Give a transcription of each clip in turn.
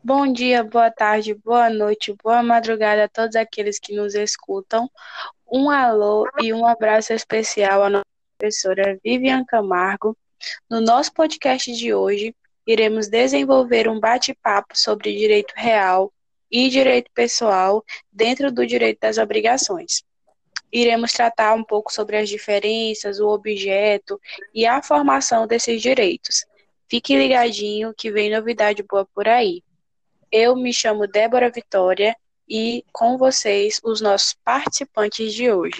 Bom dia, boa tarde, boa noite, boa madrugada a todos aqueles que nos escutam. Um alô e um abraço especial à nossa professora Vivian Camargo. No nosso podcast de hoje, iremos desenvolver um bate-papo sobre direito real e direito pessoal dentro do direito das obrigações. Iremos tratar um pouco sobre as diferenças, o objeto e a formação desses direitos. Fique ligadinho que vem novidade boa por aí. Eu me chamo Débora Vitória e com vocês os nossos participantes de hoje.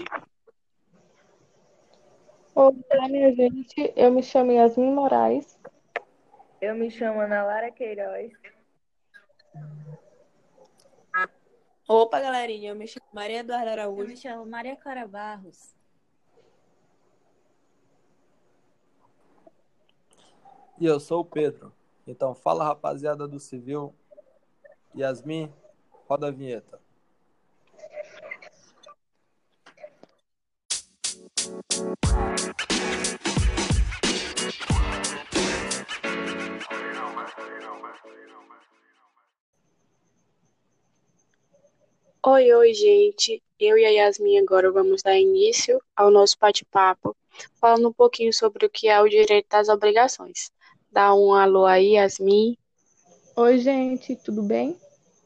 Olá, minha gente. Eu me chamo Yasmin Moraes. Eu me chamo Ana Lara Queiroz. Opa, galerinha, eu me chamo Maria Eduarda Eu Araújo. me chamo Maria Clara Barros. E eu sou o Pedro. Então fala, rapaziada do Civil. Yasmin, roda a vinheta. Oi, gente. Eu e a Yasmin agora vamos dar início ao nosso bate-papo, falando um pouquinho sobre o que é o direito das obrigações. Dá um alô aí, Yasmin. Oi, gente, tudo bem?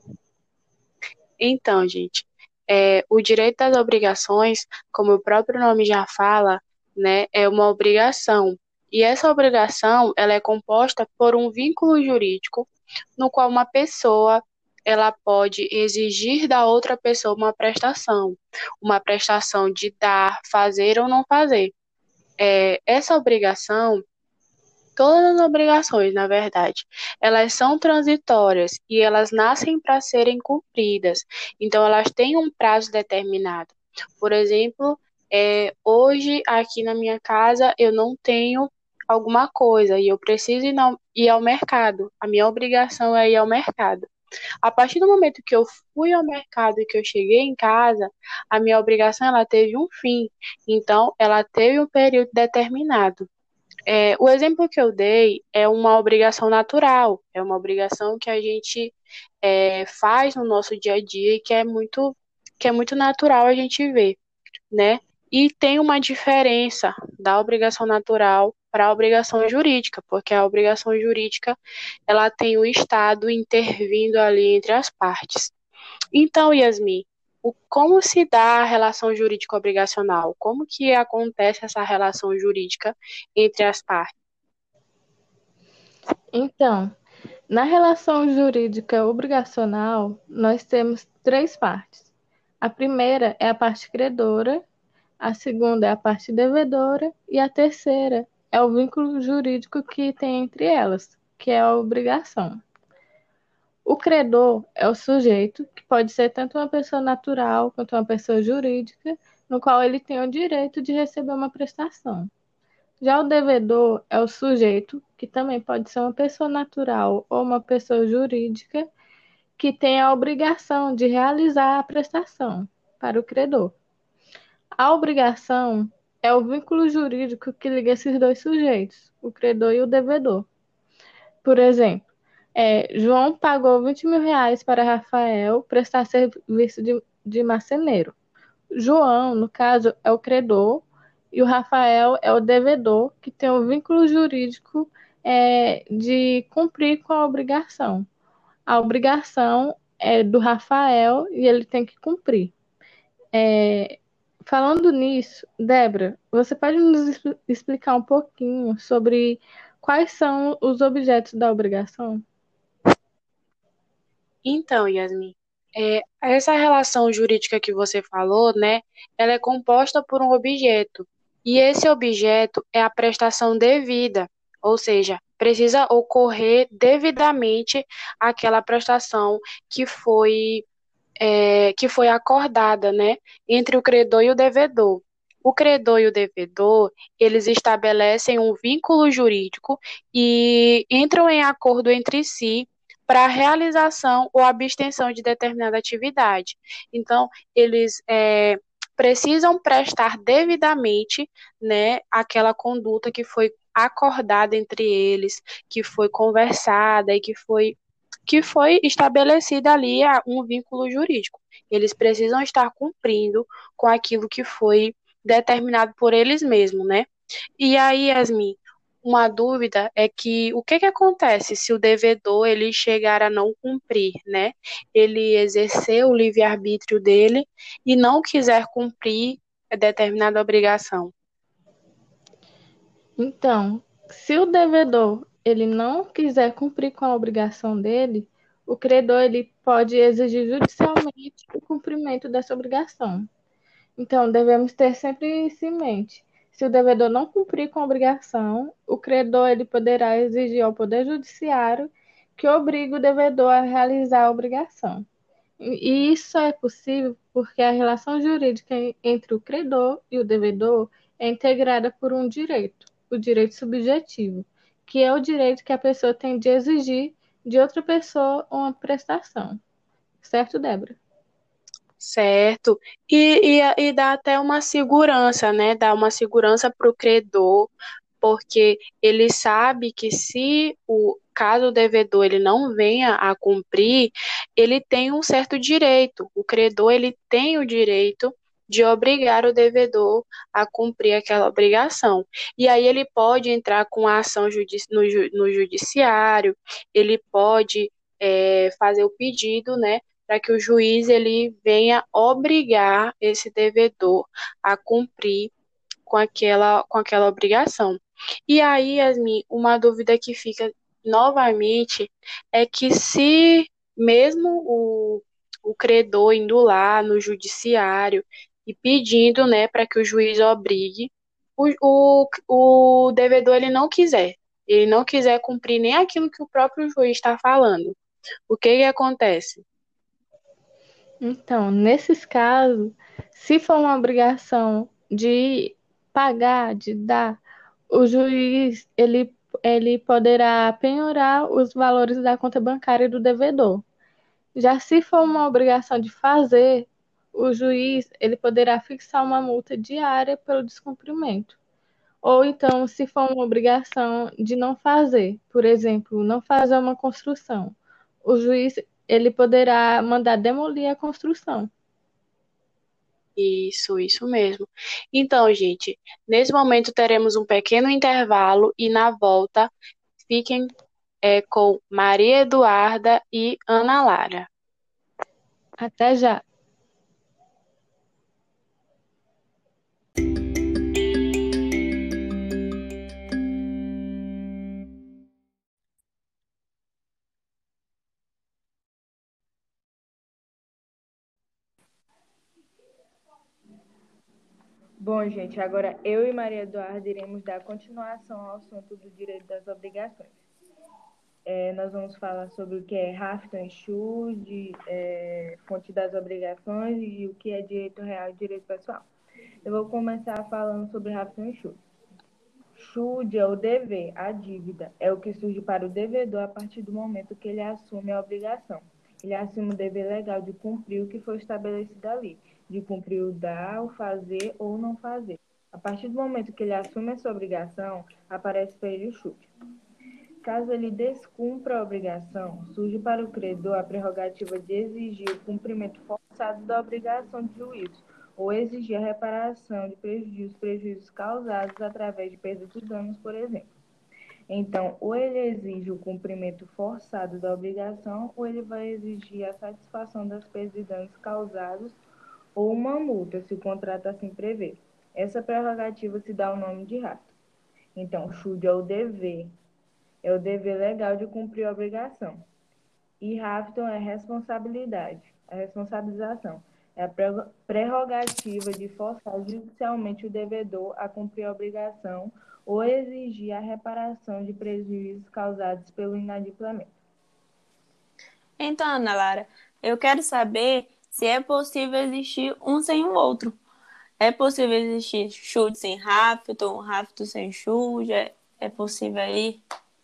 Então, gente, o direito das obrigações, como o próprio nome já fala, né, é uma obrigação. E essa obrigação, ela é composta por um vínculo jurídico no qual uma pessoa ela pode exigir da outra pessoa uma prestação de dar, fazer ou não fazer. Essa obrigação, todas as obrigações, na verdade, elas são transitórias e elas nascem para serem cumpridas. Então, elas têm um prazo determinado. Por exemplo, hoje aqui na minha casa eu não tenho alguma coisa e eu preciso ir ao mercado. A minha obrigação é ir ao mercado. A partir do momento que eu fui ao mercado e que eu cheguei em casa, a minha obrigação ela teve um fim. Então, ela teve um período determinado. O exemplo que eu dei é uma obrigação natural, é uma obrigação que a gente faz no nosso dia a dia e que é muito natural a gente ver, né? E tem uma diferença da obrigação natural para a obrigação jurídica, porque a obrigação jurídica ela tem o Estado intervindo ali entre as partes. Então, Yasmin, como se dá a relação jurídico-obrigacional? Como que acontece essa relação jurídica entre as partes? Então, na relação jurídica obrigacional, nós temos três partes. A primeira é a parte credora, a segunda é a parte devedora e a terceira é o vínculo jurídico que tem entre elas, que é a obrigação. O credor é o sujeito, que pode ser tanto uma pessoa natural quanto uma pessoa jurídica, no qual ele tem o direito de receber uma prestação. Já o devedor é o sujeito, que também pode ser uma pessoa natural ou uma pessoa jurídica, que tem a obrigação de realizar a prestação para o credor. A obrigação é o vínculo jurídico que liga esses dois sujeitos, o credor e o devedor. Por exemplo, João pagou R$ 20.000 para Rafael prestar serviço de marceneiro. João, no caso, é o credor e o Rafael é o devedor, que tem o vínculo jurídico de cumprir com a obrigação. A obrigação é do Rafael e ele tem que cumprir. Falando nisso, Débora, você pode nos explicar um pouquinho sobre quais são os objetos da obrigação? Então, Yasmin, essa relação jurídica que você falou, né, ela é composta por um objeto, e esse objeto é a prestação devida, ou seja, precisa ocorrer devidamente aquela prestação que foi acordada, né, entre o credor e o devedor. O credor e o devedor, eles estabelecem um vínculo jurídico e entram em acordo entre si para a realização ou abstenção de determinada atividade. Então, eles precisam prestar devidamente, né, aquela conduta que foi acordada entre eles, que foi conversada e que foi estabelecido ali um vínculo jurídico. Eles precisam estar cumprindo com aquilo que foi determinado por eles mesmos, né? E aí, Yasmin, uma dúvida é que o que acontece se o devedor ele chegar a não cumprir, né? Ele exercer o livre-arbítrio dele e não quiser cumprir determinada obrigação. Então, se o devedor ele não quiser cumprir com a obrigação dele, o credor ele pode exigir judicialmente o cumprimento dessa obrigação. Então, devemos ter sempre isso em mente. Se o devedor não cumprir com a obrigação, o credor ele poderá exigir ao Poder Judiciário que obrigue o devedor a realizar a obrigação. E isso é possível porque a relação jurídica entre o credor e o devedor é integrada por um direito, o direito subjetivo, que é o direito que a pessoa tem de exigir de outra pessoa uma prestação. Certo, Débora? Certo. E dá até uma segurança, né? Dá uma segurança para o credor, porque ele sabe que se o caso o devedor ele não venha a cumprir, ele tem um certo direito. O credor ele tem o direito de obrigar o devedor a cumprir aquela obrigação. E aí ele pode entrar com a ação no judiciário, ele pode fazer o pedido, né, para que o juiz ele venha obrigar esse devedor a cumprir com aquela obrigação. E aí, Yasmin, uma dúvida que fica novamente é que se mesmo o credor indo lá no judiciário e pedindo, né, para que o juiz obrigue, o devedor ele não quiser cumprir nem aquilo que o próprio juiz está falando. O que acontece? Então, nesses casos, se for uma obrigação de pagar, de dar, o juiz ele poderá penhorar os valores da conta bancária do devedor. Já se for uma obrigação de fazer, o juiz ele poderá fixar uma multa diária pelo descumprimento. Ou então, se for uma obrigação de não fazer, por exemplo, não fazer uma construção, o juiz ele poderá mandar demolir a construção. Isso mesmo. Então, gente, nesse momento teremos um pequeno intervalo e na volta fiquem com Maria Eduarda e Ana Lara. Até já. Bom, gente, agora eu e Maria Eduarda iremos dar continuação ao assunto do direito das obrigações. Nós vamos falar sobre o que é Rafton e Schuld, fonte das obrigações e o que é direito real e direito pessoal. Eu vou começar falando sobre Rafton e Schuld. Schuld é o dever, a dívida, é o que surge para o devedor a partir do momento que ele assume a obrigação. Ele assume o dever legal de cumprir o que foi estabelecido ali, de cumprir o dar, o fazer ou não fazer. A partir do momento que ele assume essa obrigação, aparece para ele o Schuld. Caso ele descumpra a obrigação, surge para o credor a prerrogativa de exigir o cumprimento forçado da obrigação de juízo ou exigir a reparação de prejuízos causados através de perdas e danos, por exemplo. Então, ou ele exige o cumprimento forçado da obrigação, ou ele vai exigir a satisfação das perdas e danos causados ou uma multa, se o contrato assim prever. Essa prerrogativa se dá o nome de rato. Então, schuld é o dever legal de cumprir a obrigação. E Hafton é responsabilidade, a responsabilização. É a prerrogativa de forçar judicialmente o devedor a cumprir a obrigação ou exigir a reparação de prejuízos causados pelo inadimplemento. Então, Ana Lara, eu quero saber se é possível existir um sem o outro. É possível existir Schuld sem Hafton, Hafton sem Schuld? É possível aí?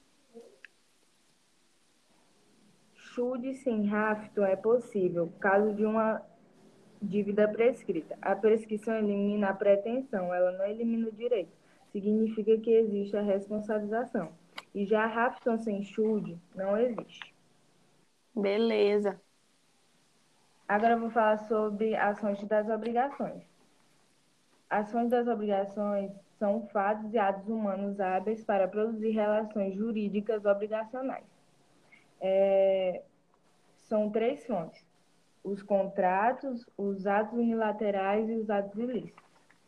Schuld sem Hafton é possível, caso de uma dívida prescrita. A prescrição elimina a pretensão, ela não elimina o direito. Significa que existe a responsabilização. E já Hafton sem Schuld não existe. Beleza. Agora eu vou falar sobre ações das obrigações. Ações das obrigações são fatos e atos humanos hábeis para produzir relações jurídicas obrigacionais. São três fontes: os contratos, os atos unilaterais e os atos ilícitos.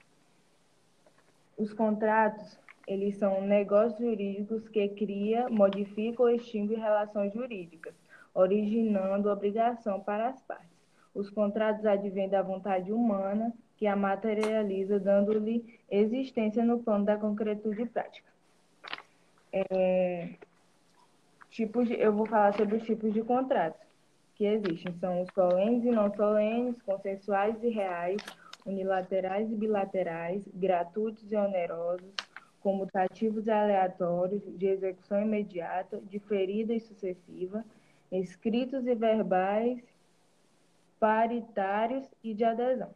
Os contratos, eles são negócios jurídicos que criam, modificam ou extinguem relações jurídicas, originando obrigação para as partes. Os contratos advêm da vontade humana, que a materializa, dando-lhe existência no plano da concretude prática. Eu vou falar sobre os tipos de contratos que existem. São os solenes e não solenes, consensuais e reais, unilaterais e bilaterais, gratuitos e onerosos, comutativos e aleatórios, de execução imediata, diferida e sucessiva, escritos e verbais, paritários e de adesão.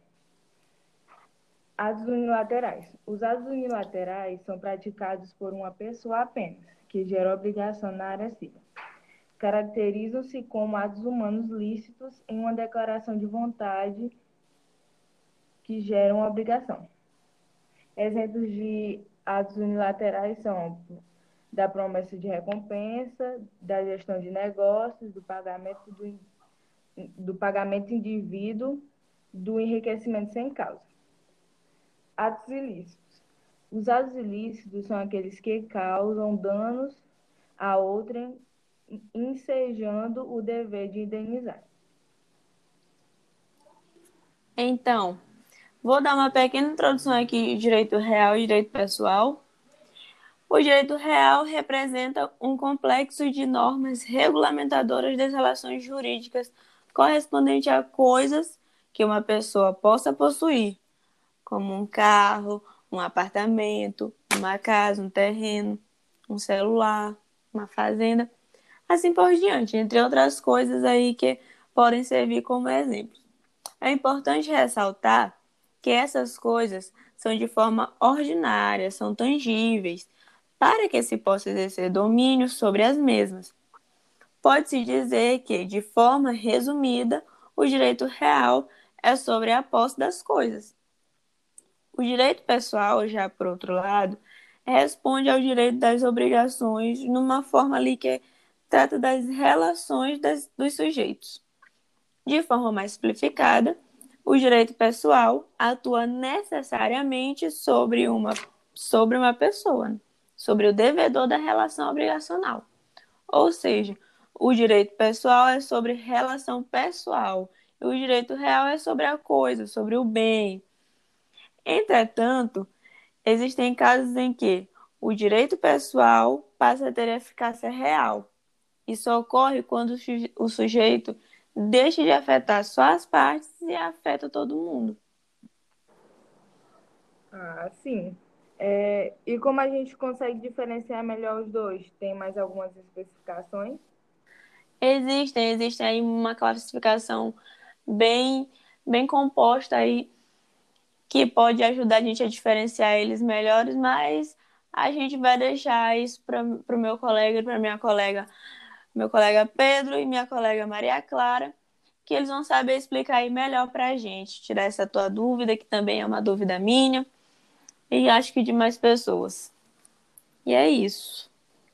Atos unilaterais. Os atos unilaterais são praticados por uma pessoa apenas, que gera obrigação na área civil. Caracterizam-se como atos humanos lícitos em uma declaração de vontade que geram obrigação. Exemplos de atos unilaterais são da promessa de recompensa, da gestão de negócios, do pagamento indivíduo, do enriquecimento sem causa. Atos ilícitos. Os atos ilícitos são aqueles que causam danos a outrem, ensejando o dever de indenizar. Então, vou dar uma pequena introdução aqui de direito real e direito pessoal. O direito real representa um complexo de normas regulamentadoras das relações jurídicas correspondente a coisas que uma pessoa possa possuir, como um carro, um apartamento, uma casa, um terreno, um celular, uma fazenda, assim por diante, entre outras coisas aí que podem servir como exemplos. É importante ressaltar que essas coisas são de forma ordinária, são tangíveis, para que se possa exercer domínio sobre as mesmas. Pode-se dizer que, de forma resumida, o direito real é sobre a posse das coisas. O direito pessoal, já por outro lado, responde ao direito das obrigações numa forma ali que trata das relações dos sujeitos. De forma mais simplificada, o direito pessoal atua necessariamente sobre uma pessoa, sobre o devedor da relação obrigacional. Ou seja, o direito pessoal é sobre relação pessoal e o direito real é sobre a coisa, sobre o bem. Entretanto, existem casos em que o direito pessoal passa a ter eficácia real. Isso ocorre quando o sujeito deixa de afetar só as partes e afeta todo mundo. Sim. E como a gente consegue diferenciar melhor os dois? Tem mais algumas especificações? Existe aí uma classificação bem composta aí que pode ajudar a gente a diferenciar eles melhores, mas a gente vai deixar isso para o meu colega e para meu colega Pedro e minha colega Maria Clara, que eles vão saber explicar aí melhor para a gente, tirar essa tua dúvida, que também é uma dúvida minha, e acho que de mais pessoas. E é isso.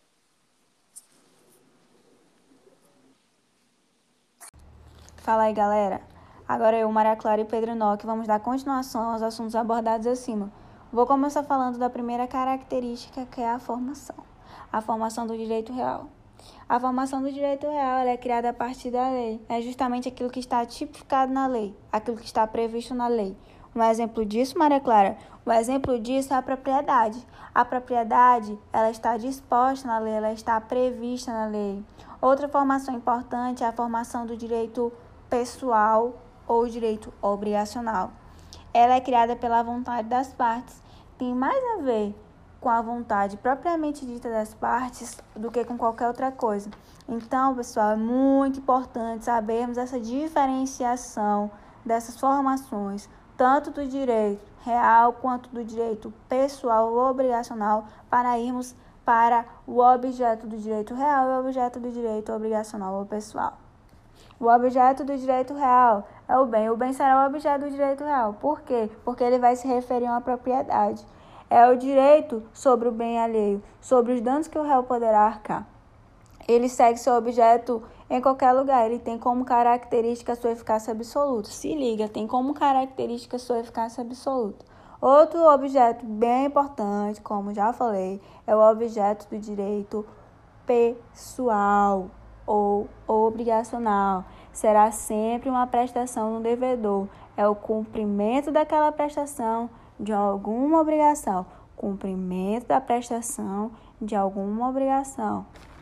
Fala aí, galera. Agora eu, Maria Clara e Pedro Nock vamos dar continuação aos assuntos abordados acima. Vou começar falando da primeira característica, que é a formação do direito real. A formação do direito real ela é criada a partir da lei. É justamente aquilo que está tipificado na lei, aquilo que está previsto na lei. Um exemplo disso, Maria Clara? Um exemplo disso é a propriedade. A propriedade ela está disposta na lei, ela está prevista na lei. Outra formação importante é a formação do direito pessoal ou direito obrigacional. Ela é criada pela vontade das partes. Tem mais a ver com a vontade propriamente dita das partes do que com qualquer outra coisa. Então, pessoal, é muito importante sabermos essa diferenciação dessas formações, tanto do direito real quanto do direito pessoal ou obrigacional, para irmos para o objeto do direito real e o objeto do direito obrigacional ou pessoal. O objeto do direito real é o bem. O bem será o objeto do direito real. Por quê? Porque ele vai se referir a uma propriedade. É o direito sobre o bem alheio, sobre os danos que o réu poderá arcar. Ele segue seu objeto em qualquer lugar. Ele tem como característica sua eficácia absoluta. Se liga, tem como característica sua eficácia absoluta. Outro objeto bem importante, como já falei, é o objeto do direito pessoal ou obrigacional. Será sempre uma prestação do devedor. É o cumprimento daquela prestação de alguma obrigação. Cumprimento da prestação de alguma obrigação.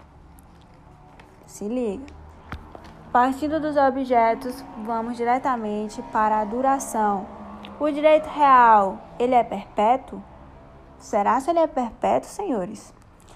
Se liga. Partindo dos objetos, vamos diretamente para a duração. O direito real, ele é perpétuo? Será que ele é perpétuo, senhores?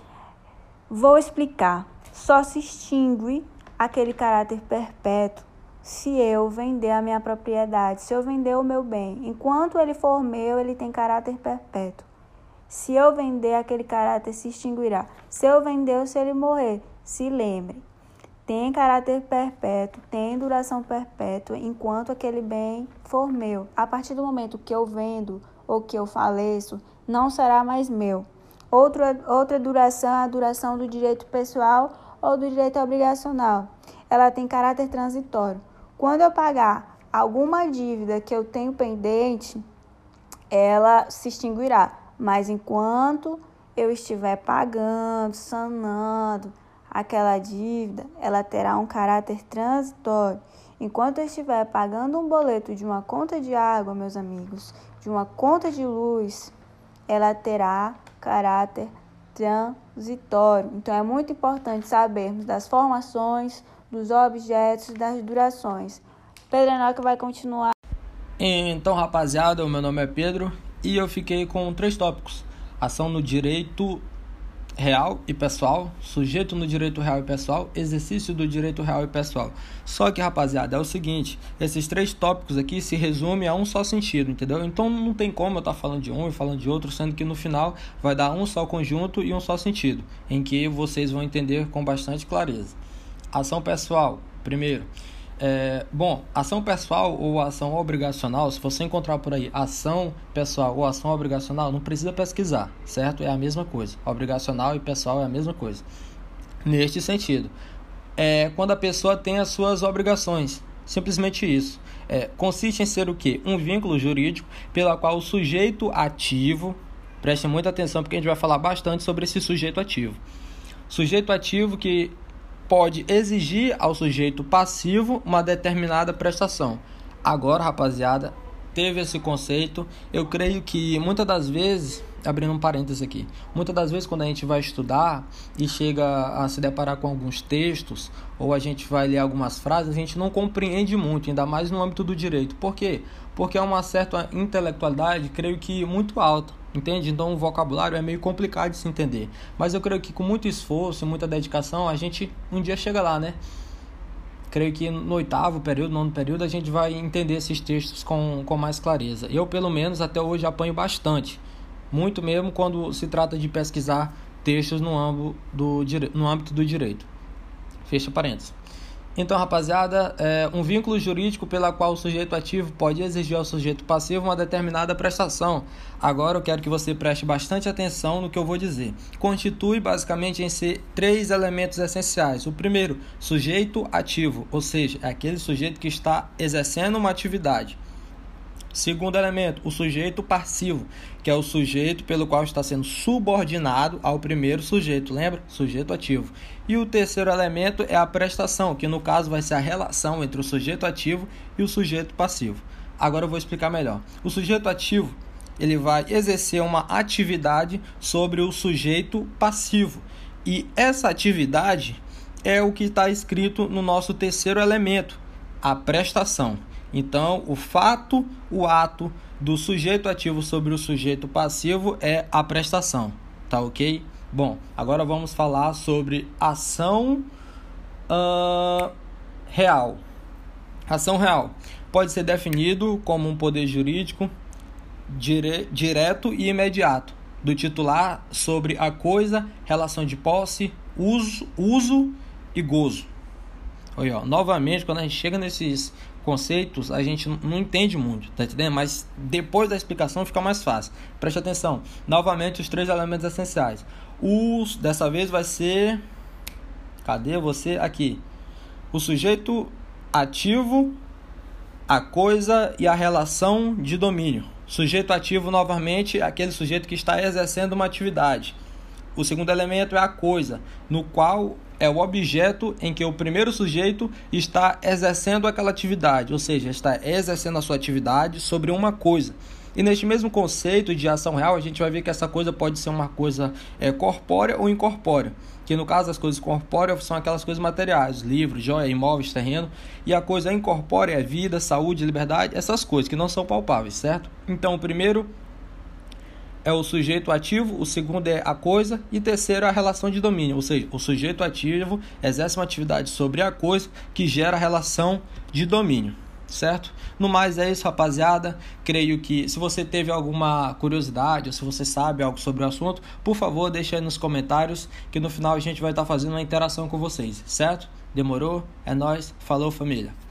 Vou explicar. Só se extingue aquele caráter perpétuo se eu vender a minha propriedade, se eu vender o meu bem. Enquanto ele for meu, ele tem caráter perpétuo. Se eu vender, aquele caráter se extinguirá. Se eu vender ou se ele morrer, se lembre. Tem caráter perpétuo, tem duração perpétua enquanto aquele bem for meu. A partir do momento que eu vendo ou que eu faleço, não será mais meu. Outra duração é a duração do direito pessoal ou do direito obrigacional. Ela tem caráter transitório. Quando eu pagar alguma dívida que eu tenho pendente, ela se extinguirá. Mas enquanto eu estiver pagando, sanando aquela dívida, ela terá um caráter transitório. Enquanto eu estiver pagando um boleto de uma conta de água, meus amigos, de uma conta de luz, ela terá caráter transitório. Então, é muito importante sabermos das formações, dos objetos, das durações. Pedro Enoque vai continuar. Então, rapaziada, o meu nome é Pedro e eu fiquei com 3 tópicos. Ação no direito real e pessoal, sujeito no direito real e pessoal, exercício do direito real e pessoal. Só que, rapaziada, é o seguinte, esses 3 tópicos aqui se resumem a um só sentido, entendeu? Então não tem como eu estar falando de um e falando de outro, sendo que no final vai dar um só conjunto e um só sentido, em que vocês vão entender com bastante clareza. Ação pessoal, primeiro. Ação pessoal ou ação obrigacional, se você encontrar por aí ação pessoal ou ação obrigacional, não precisa pesquisar, certo? É a mesma coisa. Obrigacional e pessoal é a mesma coisa. Neste sentido, quando a pessoa tem as suas obrigações, simplesmente isso. Consiste em ser o quê? Um vínculo jurídico pela qual o sujeito ativo, preste muita atenção porque a gente vai falar bastante sobre esse sujeito ativo. Sujeito ativo que pode exigir ao sujeito passivo uma determinada prestação. Agora, rapaziada, teve esse conceito. Eu creio que muitas das vezes, abrindo um parênteses aqui, muitas das vezes quando a gente vai estudar e chega a se deparar com alguns textos, ou a gente vai ler algumas frases, a gente não compreende muito, ainda mais no âmbito do direito. Por quê? Porque é uma certa intelectualidade, creio que muito alta. Entende? Então o vocabulário é meio complicado de se entender. Mas eu creio que com muito esforço, muita dedicação, a gente um dia chega lá, né? Creio que no 8º período, 9º período, a gente vai entender esses textos com mais clareza. Eu, pelo menos, até hoje apanho bastante. Muito mesmo quando se trata de pesquisar textos no âmbito do direito. Fecha parênteses. Então, rapaziada, um vínculo jurídico pela qual o sujeito ativo pode exigir ao sujeito passivo uma determinada prestação. Agora eu quero que você preste bastante atenção no que eu vou dizer. Constitui basicamente em si 3 elementos essenciais. O primeiro, sujeito ativo, ou seja, é aquele sujeito que está exercendo uma atividade. Segundo elemento, o sujeito passivo, que é o sujeito pelo qual está sendo subordinado ao primeiro sujeito, lembra? Sujeito ativo. E o terceiro elemento é a prestação, que no caso vai ser a relação entre o sujeito ativo e o sujeito passivo. Agora eu vou explicar melhor. O sujeito ativo, ele vai exercer uma atividade sobre o sujeito passivo. E essa atividade é o que está escrito no nosso terceiro elemento, a prestação. Então, o ato do sujeito ativo sobre o sujeito passivo é a prestação, tá ok? Bom, agora vamos falar sobre ação real. Ação real pode ser definido como um poder jurídico direto e imediato do titular sobre a coisa, relação de posse, uso e gozo. Olha, ó, novamente, quando a gente chega nesses conceitos, a gente não entende muito, tá entendendo? Mas depois da explicação fica mais fácil. Preste atenção. Novamente, os 3 elementos essenciais. Dessa vez vai ser... Cadê você? Aqui. O sujeito ativo, a coisa e a relação de domínio. Sujeito ativo, novamente, é aquele sujeito que está exercendo uma atividade. O segundo elemento é a coisa, no qual é o objeto em que o primeiro sujeito está exercendo aquela atividade, ou seja, está exercendo a sua atividade sobre uma coisa. E neste mesmo conceito de ação real, a gente vai ver que essa coisa pode ser uma coisa corpórea ou incorpórea. Que no caso, as coisas corpóreas são aquelas coisas materiais, livros, joia, imóveis, terreno. E a coisa incorpórea é vida, saúde, liberdade, essas coisas que não são palpáveis, certo? Então, o primeiro é o sujeito ativo, o segundo é a coisa e o terceiro é a relação de domínio, ou seja, o sujeito ativo exerce uma atividade sobre a coisa que gera a relação de domínio, certo? No mais é isso, rapaziada. Creio que se você teve alguma curiosidade ou se você sabe algo sobre o assunto, por favor, deixa aí nos comentários que no final a gente vai estar fazendo uma interação com vocês, certo? Demorou? É nóis, falou família!